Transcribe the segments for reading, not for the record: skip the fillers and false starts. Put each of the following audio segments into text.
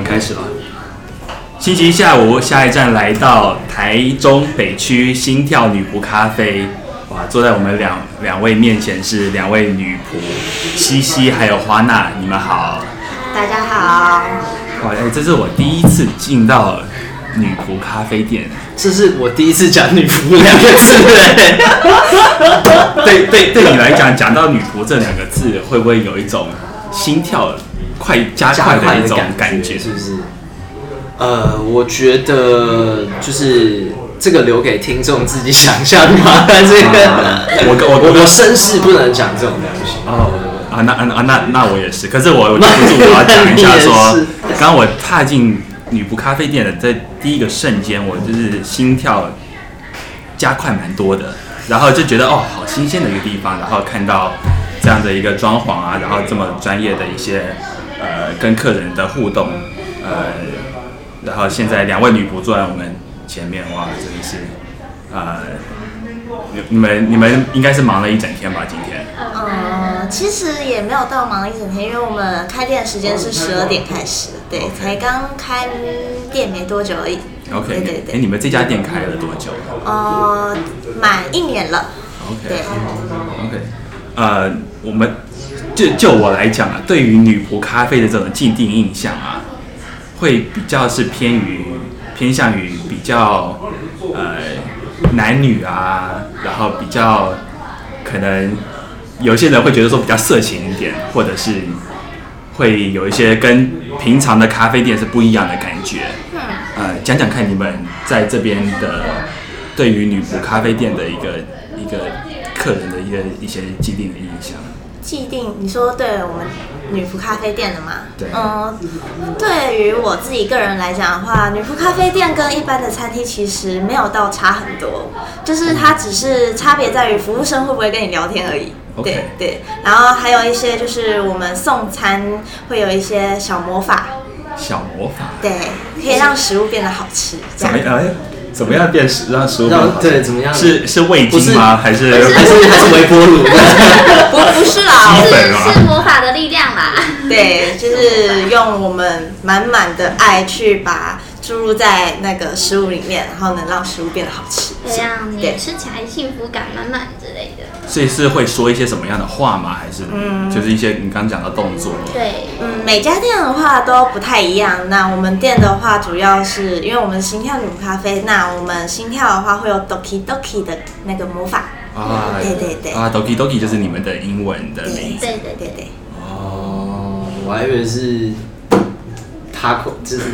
们开始了。星期一下午，下一站来到台中北区心跳女仆咖啡。哇，坐在我们两位面前是两位女仆，西西还有花娜，你们好。 大家好。 哇，这是我第一次进到女仆咖啡店。 这是我第一次讲女仆两个字对你来讲，讲到女仆这两个字，会不会有一种心跳加快的一种感觉？ 是不是？我觉得就是这个留给听众自己想象吧。这个我绅士不能讲这种东西。 那我也是。可是我忍不住我要讲一下说，刚刚我踏进女仆咖啡店的这第一个瞬间，我就是心跳加快蛮多的，然后就觉得好新鲜的一个地方，然后看到这样的一个装潢啊，然后这么专业的一些跟客人的互动，然后现在两位女仆坐在我们前面，哇，真的是你们应该是忙了一整天吧？今天？ 其实也没有到忙了一整天，因为我们开店的时间是12点开始，对，才刚开店没多久而已。 OK， 对。你们这家店开了多久？ 满1年了。 OK， 我们就我来讲啊，对于女仆咖啡的这种既定印象啊，会比较是偏向于比较男女啊，然后比较可能有些人会觉得说比较色情一点，或者是会有一些跟平常的咖啡店是不一样的感觉。讲讲看你们在这边的对于女仆咖啡店的一个客人的一些既定的印象。 既定，你说对我们女仆咖啡店的吗？ 对。 对于我自己个人来讲的话，女仆咖啡店跟一般的餐厅其实没有到差很多，就是它只是差别在于服务生会不会跟你聊天而已。 Okay. 对，然后还有一些就是我们送餐会有一些小魔法。 小魔法。 对，可以让食物变得好吃。 怎么样让食物变好吃？ 对，怎么样？ 是味精吗？还是微波炉？ 不是啦， 是魔法的力量啦。 对，就是用我们满满的爱去把注入在那个食物里面，然后能让食物变得好吃， 这样你吃起来幸福感满满之类的。 所以是会说一些什么样的话吗？还是就是一些你刚刚讲的动作？ 对， 每家店的话都不太一样。那我们店的话，主要是因为我们心跳女仆咖啡，那我们心跳的话会有 Doki Doki 的那个魔法。对。 Doki Doki 就是你们的英文的名字。 对。 我还以为是。Taco 就是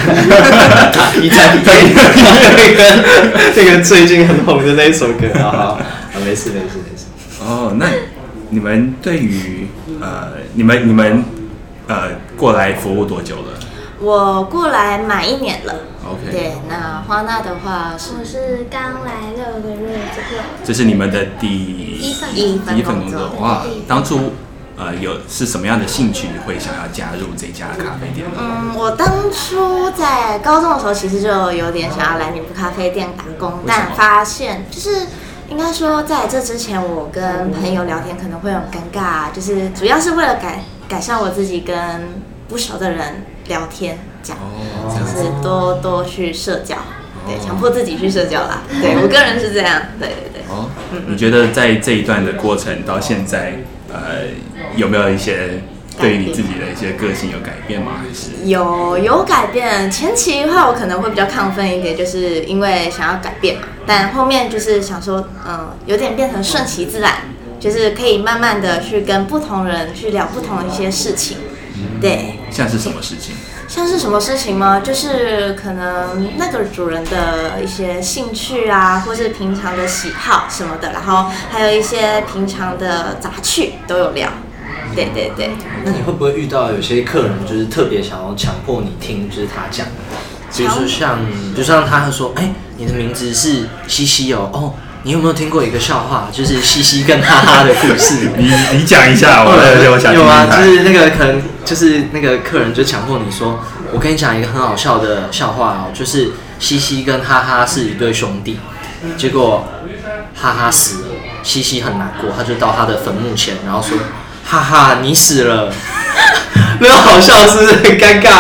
那个最近很红的那一首歌啊，没事。 那你们对于你们过来服务多久了？ 我过来满1年了。 OK。 对，那花娜的话是刚来6个月左右。 这是你们的第一份工作。哇，当初。是什么样的兴趣会想要加入这家咖啡店呢？ 我当初在高中的时候，其实就有点想要来女仆咖啡店打工，但发现就是应该说在这之前，我跟朋友聊天可能会很尴尬，就是主要是为了改善我自己跟不熟的人聊天，这样就是多去社交，对，强迫自己去社交啦。对我个人是这样，对。 你觉得在这一段的过程到现在？有没有一些对于你自己的一些个性有改变吗？还是有改变。前期的话，我可能会比较亢奋一点，就是因为想要改变嘛。但后面就是想说，有点变成顺其自然，就是可以慢慢的去跟不同人去聊不同的一些事情。对。 像是什么事情？ 像是什么事情吗？就是可能那个主人的一些兴趣啊，或是平常的喜好什么的，然后还有一些平常的杂趣都有聊。对。 那你会不会遇到有些客人就是特别想要强迫你听，就是他讲的？比如说像他会说，你的名字是西西哦，你有没有听过一个笑话，就是西西跟哈哈的故事？ 你讲一下，我想听。 有啊，就是那个可能就是那个客人就强迫你说，我跟你讲一个很好笑的笑话哦，就是西西跟哈哈是一对兄弟，结果哈哈死了，西西很难过，他就到他的坟墓前，然后说，哈哈你死了。没有好笑是不是很尴尬？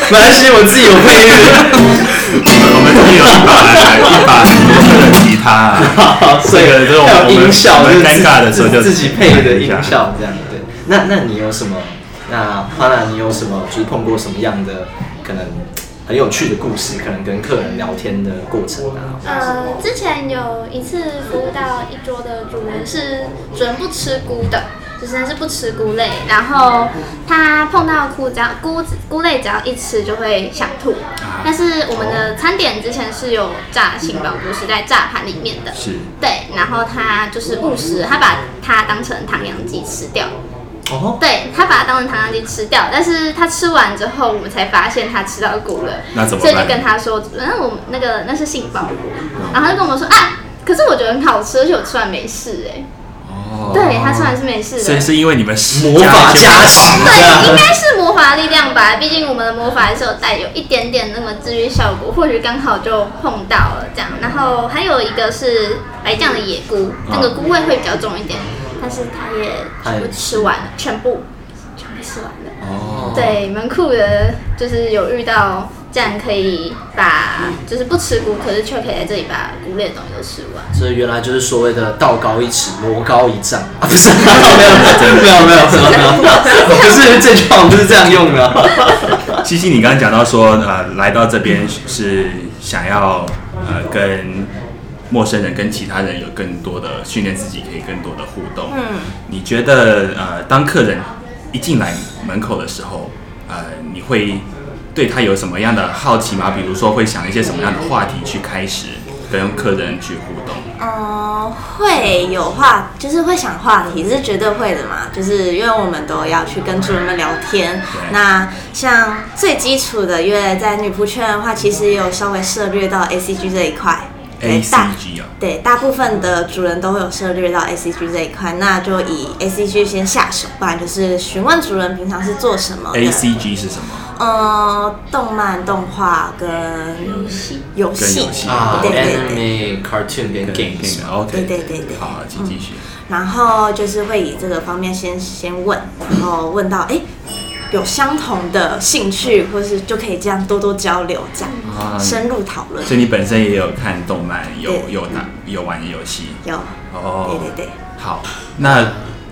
没关系，我自己有配乐。 我们这里有一把很多的吉他、啊， 所以这种还有音效， 我们尴尬的时候就自己配的音效这样。对，那你有什么？那花娜，你有什么就是碰过什么样的可能很有趣的故事？可能跟客人聊天的过程啊？ 之前有一次服务到一桌的主人是准不吃菇的。就是他是不吃菇类，然后他碰到菇类只要一吃就会想吐。但是我们的餐点之前是有炸杏鲍菇，是在炸盘里面的， 是， 对，然后他就是误食，他把它当成唐扬鸡吃掉。 哦， 对，他把它当成唐扬鸡吃掉，但是他吃完之后，我们才发现他吃到菇了。 那怎么办？ 所以就跟他说，我那是杏鲍菇，然后他就跟我们说啊，可是我觉得很好吃，而且我吃完没事对，他吃完是没事的， 所以是因为你们魔法加持， 对，应该是魔法力量吧。毕竟我们的魔法还是有带有一点点那么治愈效果，或许刚好就碰到了这样。然后还有一个是白酱的野菇，那个菇味会比较重一点，但是他也全部吃完了，全部吃完了。哦，对，蛮酷的，就是有遇到。这样可以把就是不吃菇，可是却可以在这里把菇类的东西都吃完。 所以原来就是所谓的道高一尺，魔高一丈啊！不是，没有，不是这句话不是这样用的。 西西，你刚刚讲到说，来到这边是想要跟陌生人、跟其他人有更多的训练自己，可以更多的互动。你觉得当客人一进来门口的时候，你会对他有什么样的好奇吗？比如说会想一些什么样的话题去开始跟客人去互动？ 会有就是会想话题，是绝对会的嘛。就是因为我们都要去跟主人们聊天。那像最基础的，因为在女仆圈的话，其实也有稍微涉猎到 ACG 这一块。 ACG 啊， 对，大部分的主人都会有涉猎到 ACG 这一块，那就以 ACG 先下手，不然就是询问主人平常是做什么的。 ACG 是什么？ 动漫、动画跟游戏啊，对 ，anime、cartoon 跟 games。 对，好，请继续。 然后就是会以这个方面先问，然后问到有相同的兴趣，或是就可以这样多多交流，这样深入讨论。 所以你本身也有看动漫，有玩游戏， 有对。 好，那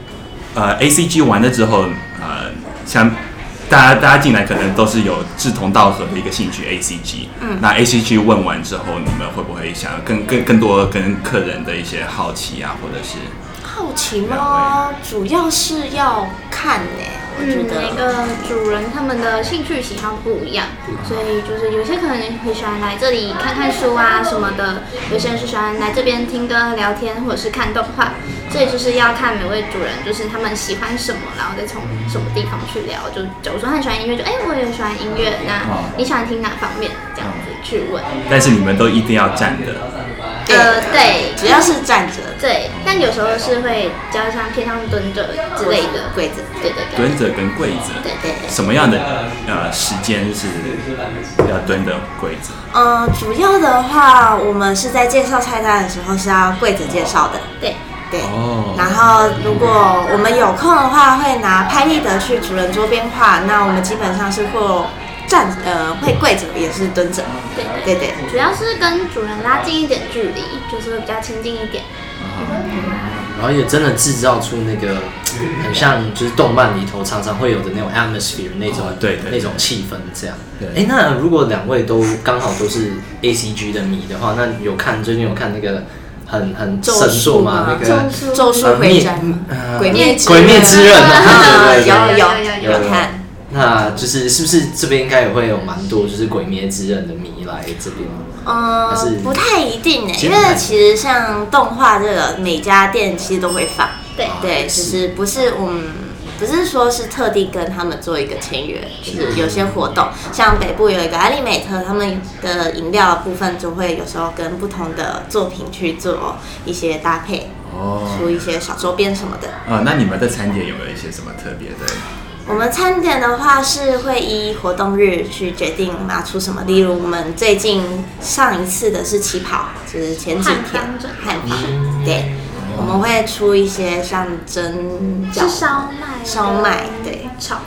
ACG 完了之后，像大家进来可能都是有志同道合的一个兴趣 ACG。那 ACG 问完之后，你们会不会想要更多跟客人的一些好奇啊，或者是好奇吗？主要是要看我觉得每个主人他们的兴趣喜好不一样，所以就是有些可能会喜欢来这里看看书啊什么的，有些人是喜欢来这边听歌聊天或者是看动画，所以就是要看每位主人就是他们喜欢什么，然后再从什么地方去聊。就假如说他很喜欢音乐，就我也喜欢音乐，那你喜欢听哪方面？这样子去问。 但是你们都一定要站的。 对， 主要是站着。 对，但有时候是会比较像偏向蹲着之类的跪着。 对。 蹲着跟跪着。 对。 什么样的时间是要蹲的跪着？ 主要的话，我们是在介绍菜单的时候是要跪着介绍的。对。然后如果我们有空的话，会拿拍立得去主人桌边画。那我们基本上是会跪着，也是蹲着。对。 主要是跟主人拉近一点距离，就是会比较亲近一点。 然后也真的制造出那个很像就是动漫里头常常会有的那种 atmosphere 那种气氛这样。那如果两位都刚好都是 ACG 的迷的话，那最近有看那个很神作吗？那个咒术回战、鬼灭之刃有看。 那就是是不是这边应该也会有蛮多就是鬼灭之刃的迷来这边？ 不太一定因为其实像动画这个每家店其实都会放。对，就是不是说是特地跟他们做一个签约，就是有些活动，像北部有一个艾利美特，他们的饮料的部分就会有时候跟不同的作品去做一些搭配，出一些小周边什么的。 那你们的餐点有没有一些什么特别的？ 我们餐点的话是会依活动日去决定我们要出什么，例如我们最近上一次的是旗袍，就是前几天汉堡，对，我们会出一些像蒸饺、 烧麦， 对， 炒饭这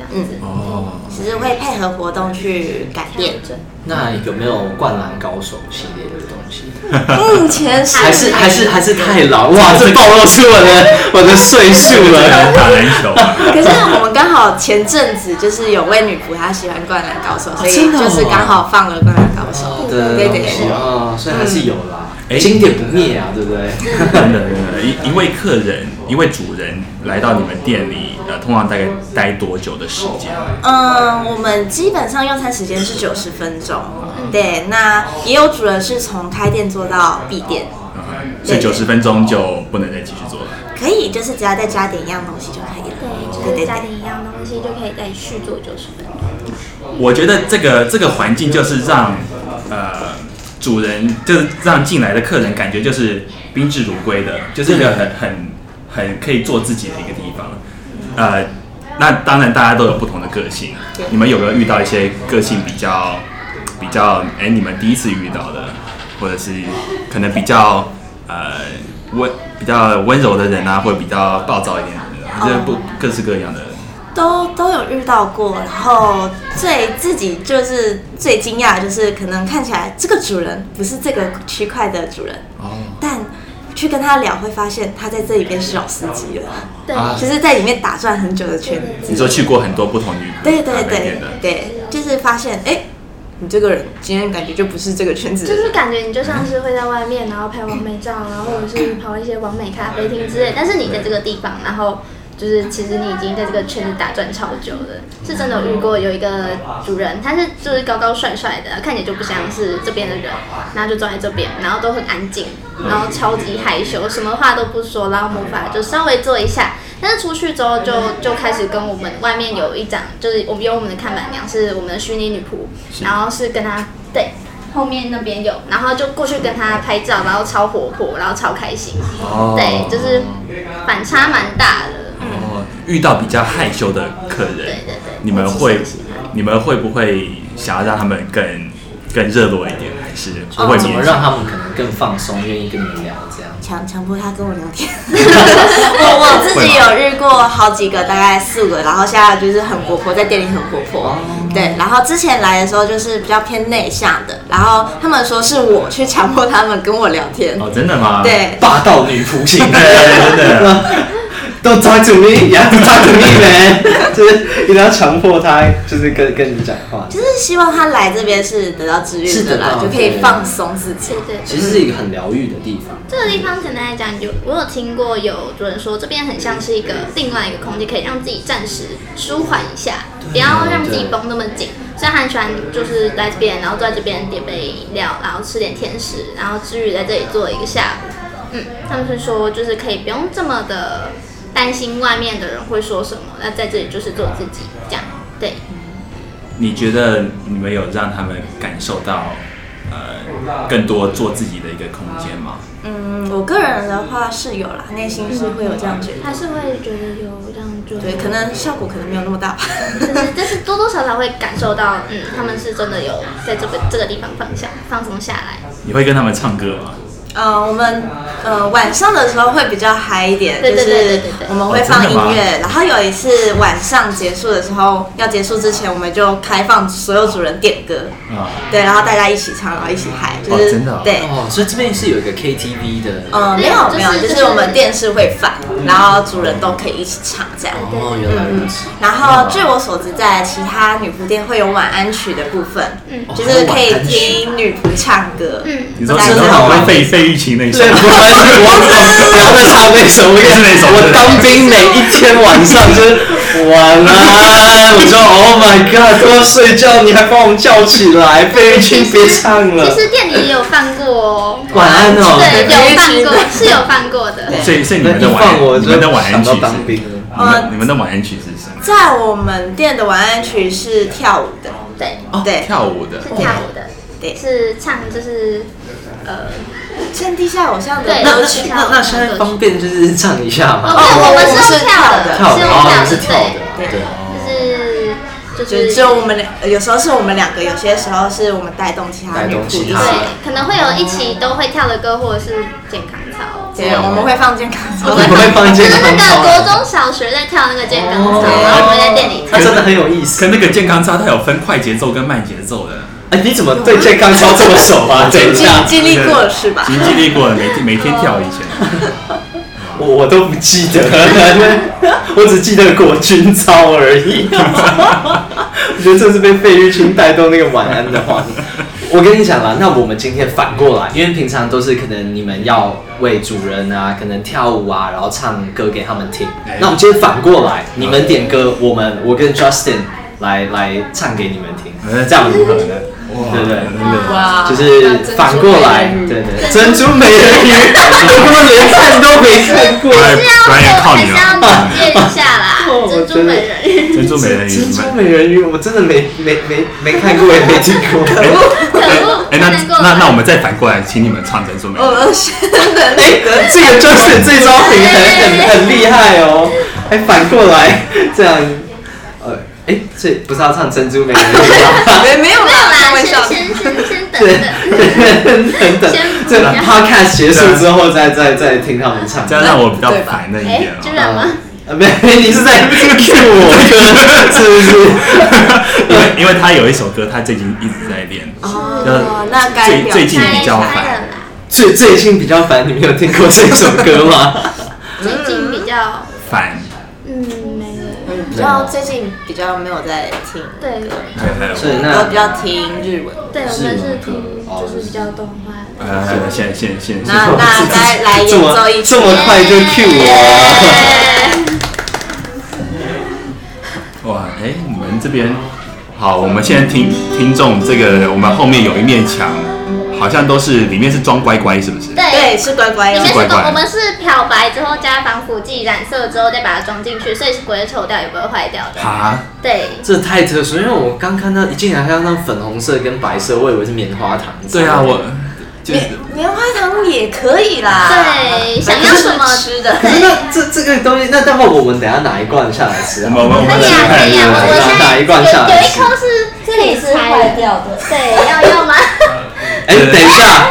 只是会配合活动去改变。 那有没有灌篮高手系列的东西？ 目前是还是太老哇！这暴露出我的岁数了。 打篮球。 可是我们刚好前阵子就是有位女仆她喜欢灌篮高手，所以就是刚好放了灌篮高手。 对哦，所以还是有啦。经典不灭啊，对不对？ 真的，一位客人，一位主人来到你们店里，通常大概待多久的时间？ 我们基本上用餐时间是90分钟，对，那也有主人是从开店做到闭店， 所以90分钟就不能再继续做了。 可以，就是只要再加点一样东西就可以了。 对，就是加点一样东西就可以再续做90分钟。 我觉得这个环境就是让主人就是让进来的客人感觉就是宾至如归的，就是一个很可以做自己的一个地方。那当然大家都有不同的个性，你们有没有遇到一些个性比较你们第一次遇到的，或者是可能比较温柔的人啊，或者比较暴躁一点的人，各式各样的。 都有遇到过，然后自己就是最惊讶的就是可能看起来这个主人不是这个区块的主人，但去跟他聊会发现他在这里边是老司机了，对，就是在里面打转很久的圈子。 你说去过很多不同女对，就是发现你这个人今天感觉就不是这个圈子的人， 就是感觉你就像是会在外面，然后拍完美照，然后或者是跑一些完美咖啡厅之类，但是你在这个地方，然后就是其实你已经在这个圈子打转超久了，是真的有遇过有一个主人，他是就是高高帅帅的，看起来就不像是这边的人，然后就坐在这边，然后都很安静，然后超级害羞，什么话都不说，然后魔法就稍微做一下，但是出去之后就开始跟我们外面有一张，就是我们的看板娘是我们的虚拟女仆，然后是跟她对。后面那边有，然后就过去跟他拍照，然后超活泼，然后超开心。对，就是反差蛮大的。 遇到比较害羞的客人，对，你们会不会想要让他们更热络一点，还是不会？ 怎么让他们可能更放松，愿意跟你聊这样？ 强迫他跟我聊天。我自己有遇过好几个，大概4、5个，然后现在就是很活泼，在店里很活泼。对，然后之前来的时候就是比较偏内向的，然后他们说是我去强迫他们跟我聊天。 真的吗？ 对， 霸道女仆型， 真的。 Don't talk to me, you have to talk to me, man。就是一定要强迫他，就是跟你讲话。 就是希望他来这边是得到治愈的啦，就可以放松自己。 对， 其实是一个很疗愈的地方。 这个地方简单来讲，我有听过有主人说，这边很像是一个另外一个空间，可以让自己暂时舒缓一下，不要让自己绷那么紧。所以他很喜欢就是来这边，然后坐在这边点杯饮料，然后吃点甜食，然后治愈在这里坐一个下午。他们是说就是可以不用这么的担心外面的人会说什么，那在这里就是做自己，这样对。 你觉得你们有让他们感受到更多做自己的一个空间吗？ 我个人的话是有啦，内心是会有这样觉得， 还是会觉得有这样觉得， 对，可能效果可能没有那么大吧， 但是多多少少会感受到，他们是真的有在这个地方放松下来。 你会跟他们唱歌吗？ 我们晚上的时候会比较嗨一点，就是我们会放音乐，然后有一次晚上结束的时候，要结束之前，我们就开放所有主人点歌，对，然后大家一起唱，然后一起嗨，就是真的对， 所以这边是有一个 KTV 的， 没有，就是我们电视会放，然后主人都可以一起唱这样。 原来如此。 然后据我所知，在其他女仆店会有晚安曲的部分，就是可以听女仆唱歌。 你说真的好像费玉清那首， 对，不要再唱那首，我当兵每一天晚上就是晚安，我就 Oh my God， 都要睡觉，你还把我们叫起来，费玉清别唱了。 其实店里也有放过晚安哦， 对，有放过，是有放过的。 所以你们的晚安曲是你们的晚安曲是什么？ 在我们店的晚安曲是跳舞的， 对， 跳舞的， 是跳舞的，对，是唱就是像地下偶像的歌曲。那现在方便就是唱一下吗？ 我们是用跳的， 是跳的， 对， 就是只有我们有时候是我们2个，有些时候是我们带动其他女仆一起， 对，可能会有一起都会跳的歌，或者是健康操。 对，我们会放健康操， 我们会放健康操， 就是那个国中小学在跳那个健康操，然后我们在店里跳， 真的很有意思。 可那个健康操它有分快节奏跟慢节奏的。 哎，你怎么对健康操这么熟啊？等一下， 经历过了是吧？ 已经经历过了，每天跳以前。 我都不记得了，我只记得国军操而已。我觉得这是被费玉清带动那个晚安的画面。我跟你讲啦，那我们今天反过来，因为平常都是可能你们要为主人啊，可能跳舞啊，然后唱歌给他们听。那我们今天反过来，你们点歌，我跟 Justin 来唱给你们听，这样如何呢？对不对？ 哇， 就是反过来，对对，珍珠美人鱼，我根本连看都没看过。 不然靠你了。 还是要简介一下啦，珍珠美人鱼。 珍珠美人鱼， 珍珠美人鱼，我真的没看过，也没听过。 可恶！ 哎，那我们再反过来，请你们唱珍珠美人鱼。 哎，这个就是这招很厉害哦，还反过来这样。哎，这不是要唱珍珠美人鱼吗？ 没有啦， 先等， 这 podcast 结束之后再听他们唱， 这样让我比较烦的一点居然吗？ 没，你是在 cue 我，是不是？ 因为他有一首歌，他最近一直在练。 哦，那该最近比较烦。 最近比较烦，你们有听过这首歌吗？ 最近比较烦。 最近比较没有在听， 对， 所以那我比较听日文， 对，我们是听就是比较动画。 先， 那再来演奏一曲， 这么快就 cue 我。 哇，哎，你们这边好，我们现在听众这个，我们后面有一面墙。好像都是里面是装乖乖，是不是？ 对，是乖乖。 里面是我们是漂白之后加防腐剂染色之后再把它装进去，所以是不会臭掉也不会坏掉的。 哈？ 对。 这太特殊，因为我刚看到一进来看到那粉红色跟白色，我以为是棉花糖。 对啊，我就是棉花糖也可以啦。 对，想要什么吃的？ 可是那这个东西，那待会我们等一下拿一罐下来吃啊。 我们可以啊，我拿一罐下来吃。 有一颗是可以吃坏掉的。对，要吗？ 哎，等一下，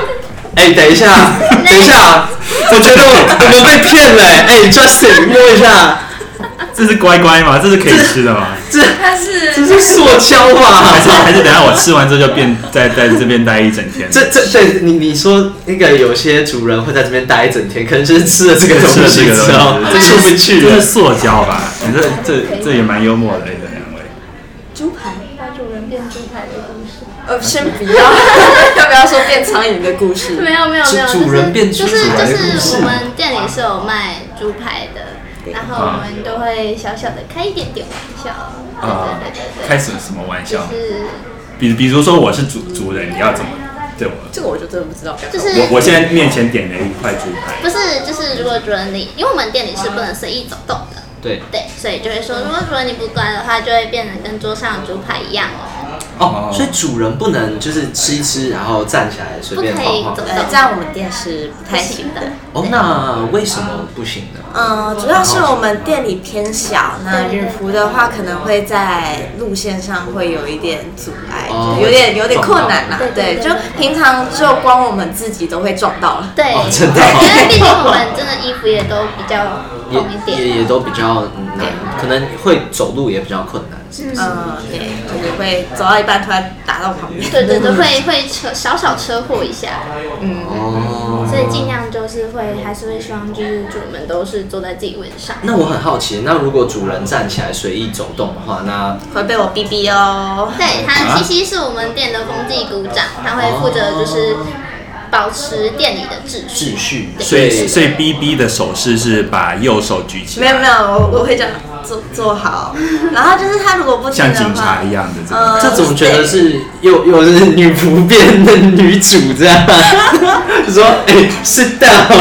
我觉得我们被骗了。哎 ，Justin， 摸一下， 这是乖乖吗？这是可以吃的吗？ 这是塑胶吧？ 还是等一下我吃完之后就在这边待一整天？ 对，你说那个有些主人会在这边待一整天，可能就是吃了这个东西之后，这出不去了。 这是塑胶吧？你这也蛮幽默的，两位。 猪排把主人变猪排的故事。 先不要，要不要说变苍蝇的故事？ 没有， 主人变猪就是排的故事。 我们店里是有卖猪排的，然后我们都会小小的开一点点玩笑。对。 开什么玩笑？ 就是比如说我是主人，你要怎么对我？ 这个我就真的不知道。 就是我现在面前点了一块猪排。 不是，就是如果主人你，因为我们店里是不能随意走动的。 对， 所以就会说，如果主人你不乖的话，就会变成跟桌上的猪排一样哦。所以主人不能就是吃一吃，然后站起来随便晃晃。 这样我们店是不太行的。 哦，那为什么不行呢？ 主要是我们店里偏小，那女仆的话可能会在路线上会有一点阻碍，有点困难啦。对，就平常就光我们自己都会撞到了。 对， 真的。 因为毕竟我们真的衣服也都比较厚一点， 也都比较难，可能会走路也比较困难。 对，就是会走到一半突然打到旁边。 对，会小车祸一下。所以尽量就是还是会希望就是主人们都是坐在自己位置上。 那我很好奇，那如果主人站起来随意走动的话，那会被我逼逼哦。 对，西是我们店的风纪股长，他会负责就是保持店里的秩序。 所以 BB 的手势是把右手举起来。 没有，我会这样做好。然后就是他如果不听的话， 像警察一样的这种觉得是又是女仆变的女主这样，就说sit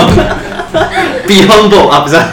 down。Be humble 啊，不是，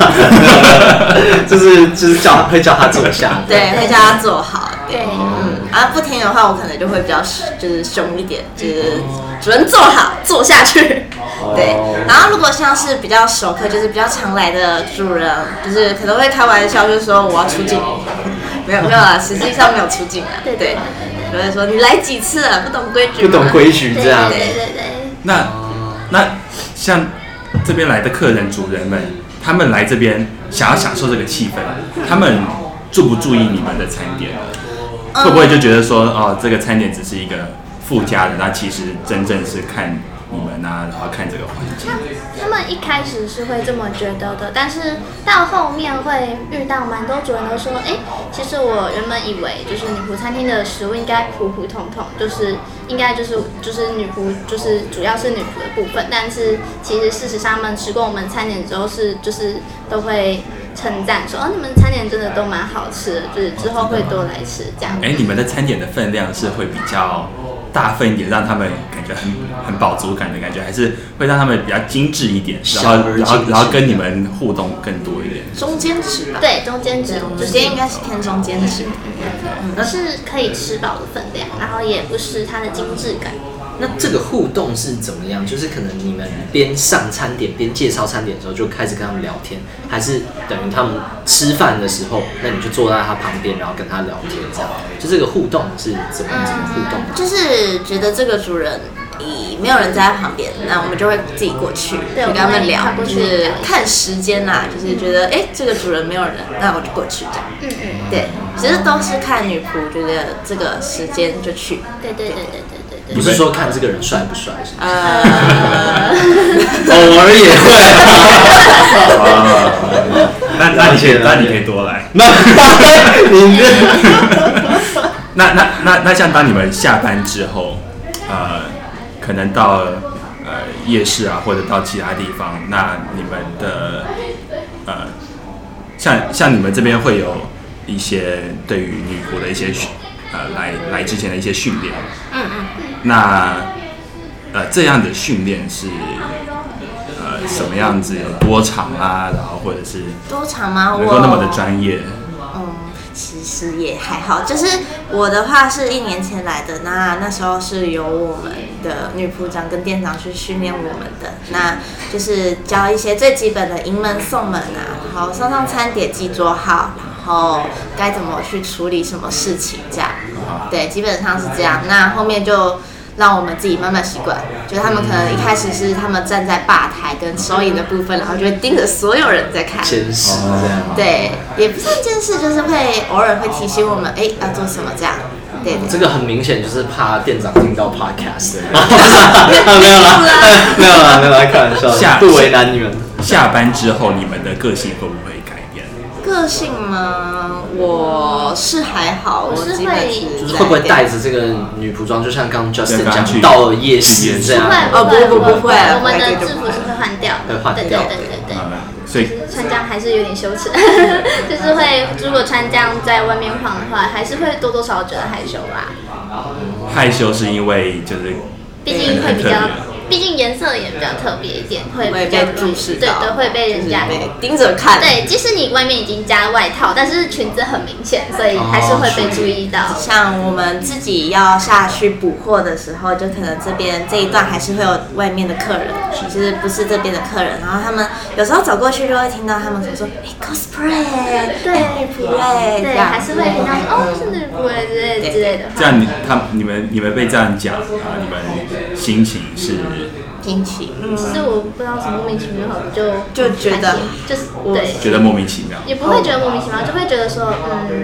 就是会叫他坐下， 对，会叫他坐好，对，不听的话，我可能就会比较就是凶一点，就是主人坐好，坐下去，对。然后如果像是比较熟客，就是比较常来的主人，就是可能会开玩笑，就是说我要出境，没有啦，实际上没有出境啦，对，就会说你来几次了，不懂规矩这样， 对。 那像这边来的客人主人们，他们来这边想要享受这个气氛，他们注不注意你们的餐点呢？会不会就觉得说，哦，这个餐点只是一个附加的，那其实真正是看你们啊，然后看这个环境。 他们一开始是会这么觉得的，但是到后面会遇到蛮多主人都说，其实我原本以为就是女仆餐厅的食物应该普普通通，就是应该就是女仆就是主要是女仆的部分，但是其实事实上他们吃过我们餐点之后就是都会称赞说，你们餐点真的都蛮好吃的，就是之后会多来吃这样。 你们的餐点的分量是会比较大份一点，让他们感觉很饱足感的感觉，还是会让他们比较精致一点，然后跟你们互动更多一点？ 中间值吧。 对，中间值， 我觉得应该是偏中间值。 是可以吃饱的分量，然后也不失它的精致感。 那这个互动是怎么样？就是可能你们边上餐点边介绍餐点的时候就开始跟他们聊天，还是等于他们吃饭的时候，那你就坐在他旁边，然后跟他聊天，这样？就这个互动是怎么互动？ 就是觉得这个主人没有人在他旁边，那我们就会自己过去跟他们聊，就是看时间啦，就是觉得这个主人没有人，那我就过去这样。对，其实都是看女仆觉得这个时间就去。 对。 不是说看这个人帅不帅， 偶尔也会。 那你可以多来。那像当你们下班之后，可能到夜市啊，或者到其他地方，那你们的像你们这边会有一些对于女仆的一些来之前的一些训练。那这样的训练是什么样子？有多长啊？然后或者是多长吗？ 能够那么的专业？ 其实也还好，就是我的话是1年前来的，那时候是由我们的女仆长跟店长去训练我们的，那就是教一些最基本的迎门送门啊，然后上餐点记桌号，然后该怎么去处理什么事情这样，对，基本上是这样。那后面就让我们自己慢慢习惯，就是他们可能一开始是他们站在吧台跟收银的部分，然后就会盯着所有人在看， 监视这样。 对，也不算监视，就是会偶尔会提醒我们，要做什么这样。对， 这个很明显就是怕店长听到 podcast。没有啦，开玩笑，不为难你们。 下班之后，你们的个性会不会改变？ 个性吗？我是还好，我基本就是会不会带着这个女仆装，就像刚 Justin 讲到了夜市这样？ 不会， 我们的制服是会换掉的， 会换掉。对。 所以穿这样还是有点羞耻，就是会如果穿这样在外面晃的话，还是会多多少少觉得害羞啦。 害羞是因为就是毕竟会比较。毕竟颜色也比较特别一点，会比较注视到， 对，会被人家盯着看。 对，即使你外面已经加外套，但是裙子很明显，所以还是会被注意到。 像我们自己要下去补货的时候，就可能这边这一段还是会有外面的客人，就是不是这边的客人，然后他们有时候走过去就会听到他们说，cosplay， 对，女仆嘞， 对，还是会听到是女仆嘞之类的。 这样你们被这样讲啊，你们心情是？ 惊奇， 其实我不知道什么莫名其妙， 就觉得就是对， 觉得莫名其妙， 也不会觉得莫名其妙，就会觉得说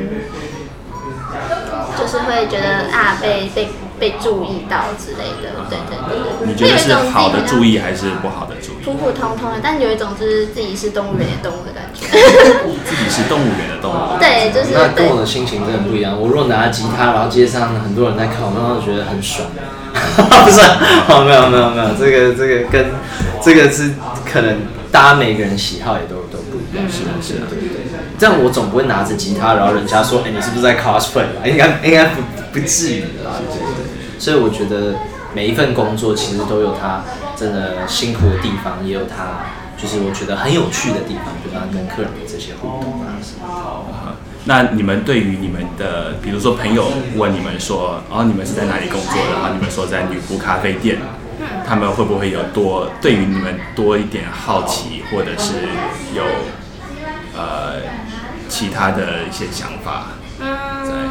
就是会觉得被注意到之类的，对。 你觉得是好的注意还是不好的注意？ 普普通通的，但有一种就是自己是动物园的动物的感觉。 自己是动物园的动物。 对，就是。 那跟我的心情真的不一样。我如果拿吉他，然后街上很多人在看，我那觉得很爽。不是，没有，这个跟这个是可能大家每个人喜好也都不一样。是啊，对。这样我总不会拿着吉他，然后人家说，你是不是在 cosplay 吧？应该不至于啦，对。所以我觉得每一份工作其实都有它真的辛苦的地方，也有它就是我觉得很有趣的地方，比方跟客人的这些互动啊什么的。 那你们对于你们的，比如说朋友问你们说，你们是在哪里工作？然后你们说在女仆咖啡店，他们会不会有对于你们多一点好奇，或者是有其他的一些想法？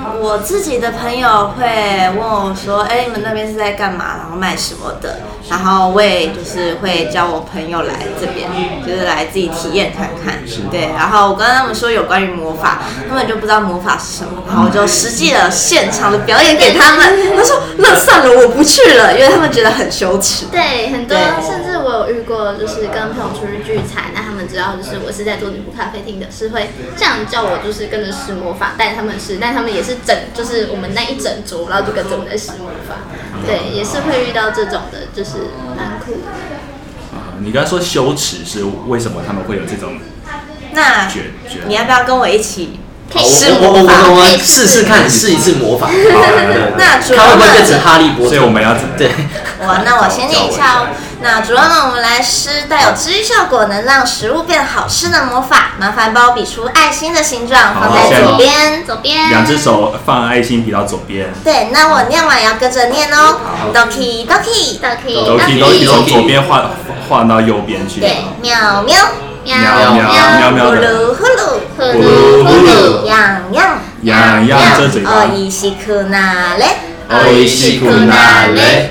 我自己的朋友会问我说：“哎，你们那边是在干嘛？然后卖什么的？”然后我也就是会叫我朋友来这边，就是来自己体验看看。对，然后我跟他们说有关于魔法，他们就不知道魔法是什么，然后我就实际的现场的表演给他们。他说：“那算了，我不去了，因为他们觉得很羞耻。” 对，很多甚至我有遇过，就是跟朋友出去聚餐，那他们知道就是我是在做女仆咖啡厅的，是会这样叫我，就是跟着施魔法，但他们也是就是我们那一整桌，然后就跟着我们在施魔法。对，也是会遇到这种的，就是蛮酷的。 你刚才说羞耻是为什么他们会有这种那觉你要不要跟我一起？ 我们试试看，试一次魔法。 那主他会不会变成哈利波特？ 所以我们要对。 那我先念一下哦。那主要呢，我们来施带有治愈效果，能让食物变好吃的魔法。麻烦帮我比出爱心的形状，放在左边。 2只手放爱心比到左边。 对，那我念完也要跟着念哦。Doki Doki Doki 从左边画到右边去。 对，喵喵。 喵喵喵呼噜呼噜呼噜呼噜， 痒痒痒痒遮嘴巴。 おいしくなれ， おいしくなれ。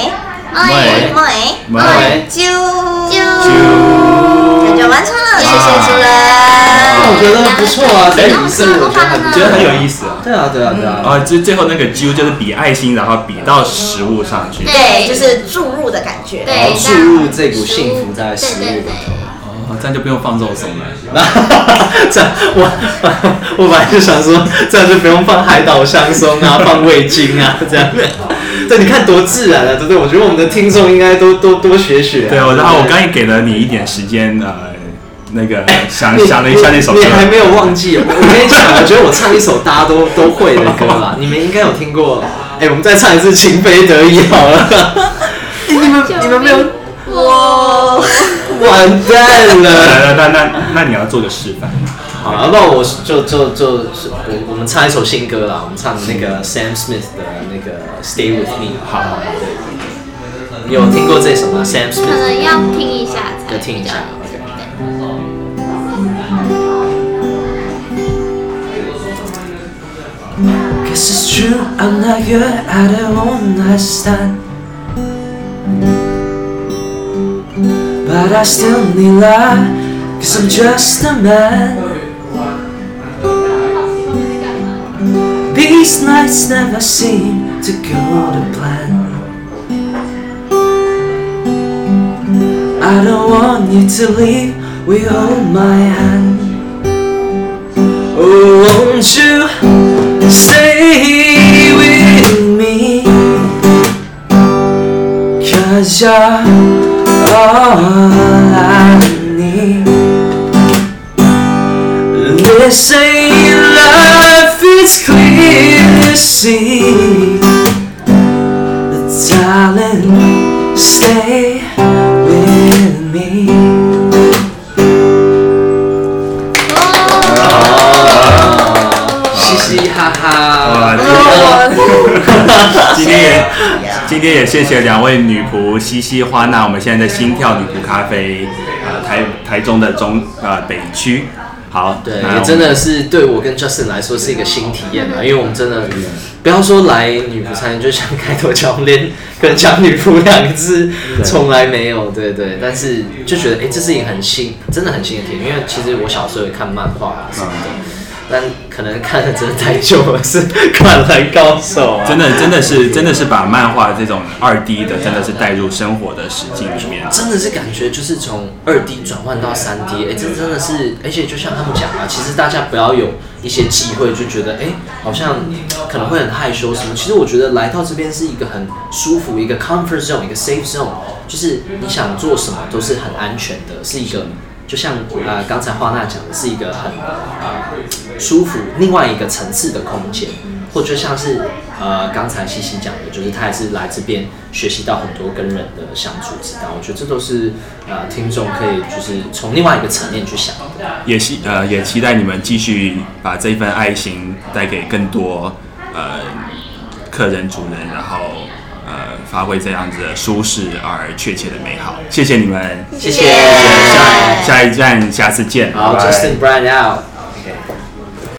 啾，那就完成了，谢谢主人。 我觉得不错啊，这个仪式我觉得很有意思啊。 对啊。 最后那个啾就是比爱心，然后比到食物上去。 对，就是注入的感觉。 然后注入这股幸福在食物里头。 这样就不用放肉松了。 这样我本来就想说，这样就不用放海岛香松啊，放味精啊，这样。对，你看多自然啊，对不对？我觉得我们的听众应该多学学。 对，然后我刚才给了你一点时间，那个想了一下那首歌。 你还没有忘记？我跟你讲，我觉得我唱一首大家都会的歌啦，你们应该有听过。我们再唱一次《情非得已》好了。你们没有？ 哇， 完蛋了！ 那你要做个示范。 好，要不然我我们唱一首新歌啦，我们唱那个 Sam Smith 的那个 Stay With Me。好，对，你有听过这首吗 ？Sam Smith 可能要听一下才。 要听一下 Guess it's true, I'm not good at a one night stand, but I still need love, 'cause I'm just a man. These nights never seem to go to plan. I don't want you to leave, will you hold my hand? Oh, won't you stay with me? 'Cause you're all I need. They say life is clear to see, but darling, stay with me. 嘻嘻哈哈。 今天也谢谢两位女仆西西花娜，我们现在在心跳女仆咖啡，台中的北区。好， 对，也真的是对我跟 Justin 来说是一个新体验嘛，因为我们真的不要说来女仆餐厅，就像开头讲，连可能讲女仆2个字从来没有，对，但是就觉得这是一个真的很新的体验，因为其实我小时候也看漫画啊什么的。但可能看的真的太久了，是灌篮高手啊！ 真的是把漫画这种2D 的，真的是带入生活的实境里面， 真的是感觉就是从2D 转换到3D，这真的是，而且就像他们讲啊，其实大家不要有一些忌讳，就觉得好像可能会很害羞什么。其实我觉得来到这边是一个很舒服，一个 comfort zone， 一个 safe zone， 就是你想做什么都是很安全的，是一个。就像刚才花娜讲的，是一个很舒服、另外一个层次的空间，或者像是刚才西西讲的，就是他也是来这边学习到很多跟人的相处之道。我觉得这都是听众可以就是从另外一个层面去想的。 也期待你们继续把这份爱心带给更多客人、主人，然后发挥这样子的舒适而确切的美好。谢谢你们， 谢谢。 下一站，下次见。 好 ，Justin Brand out。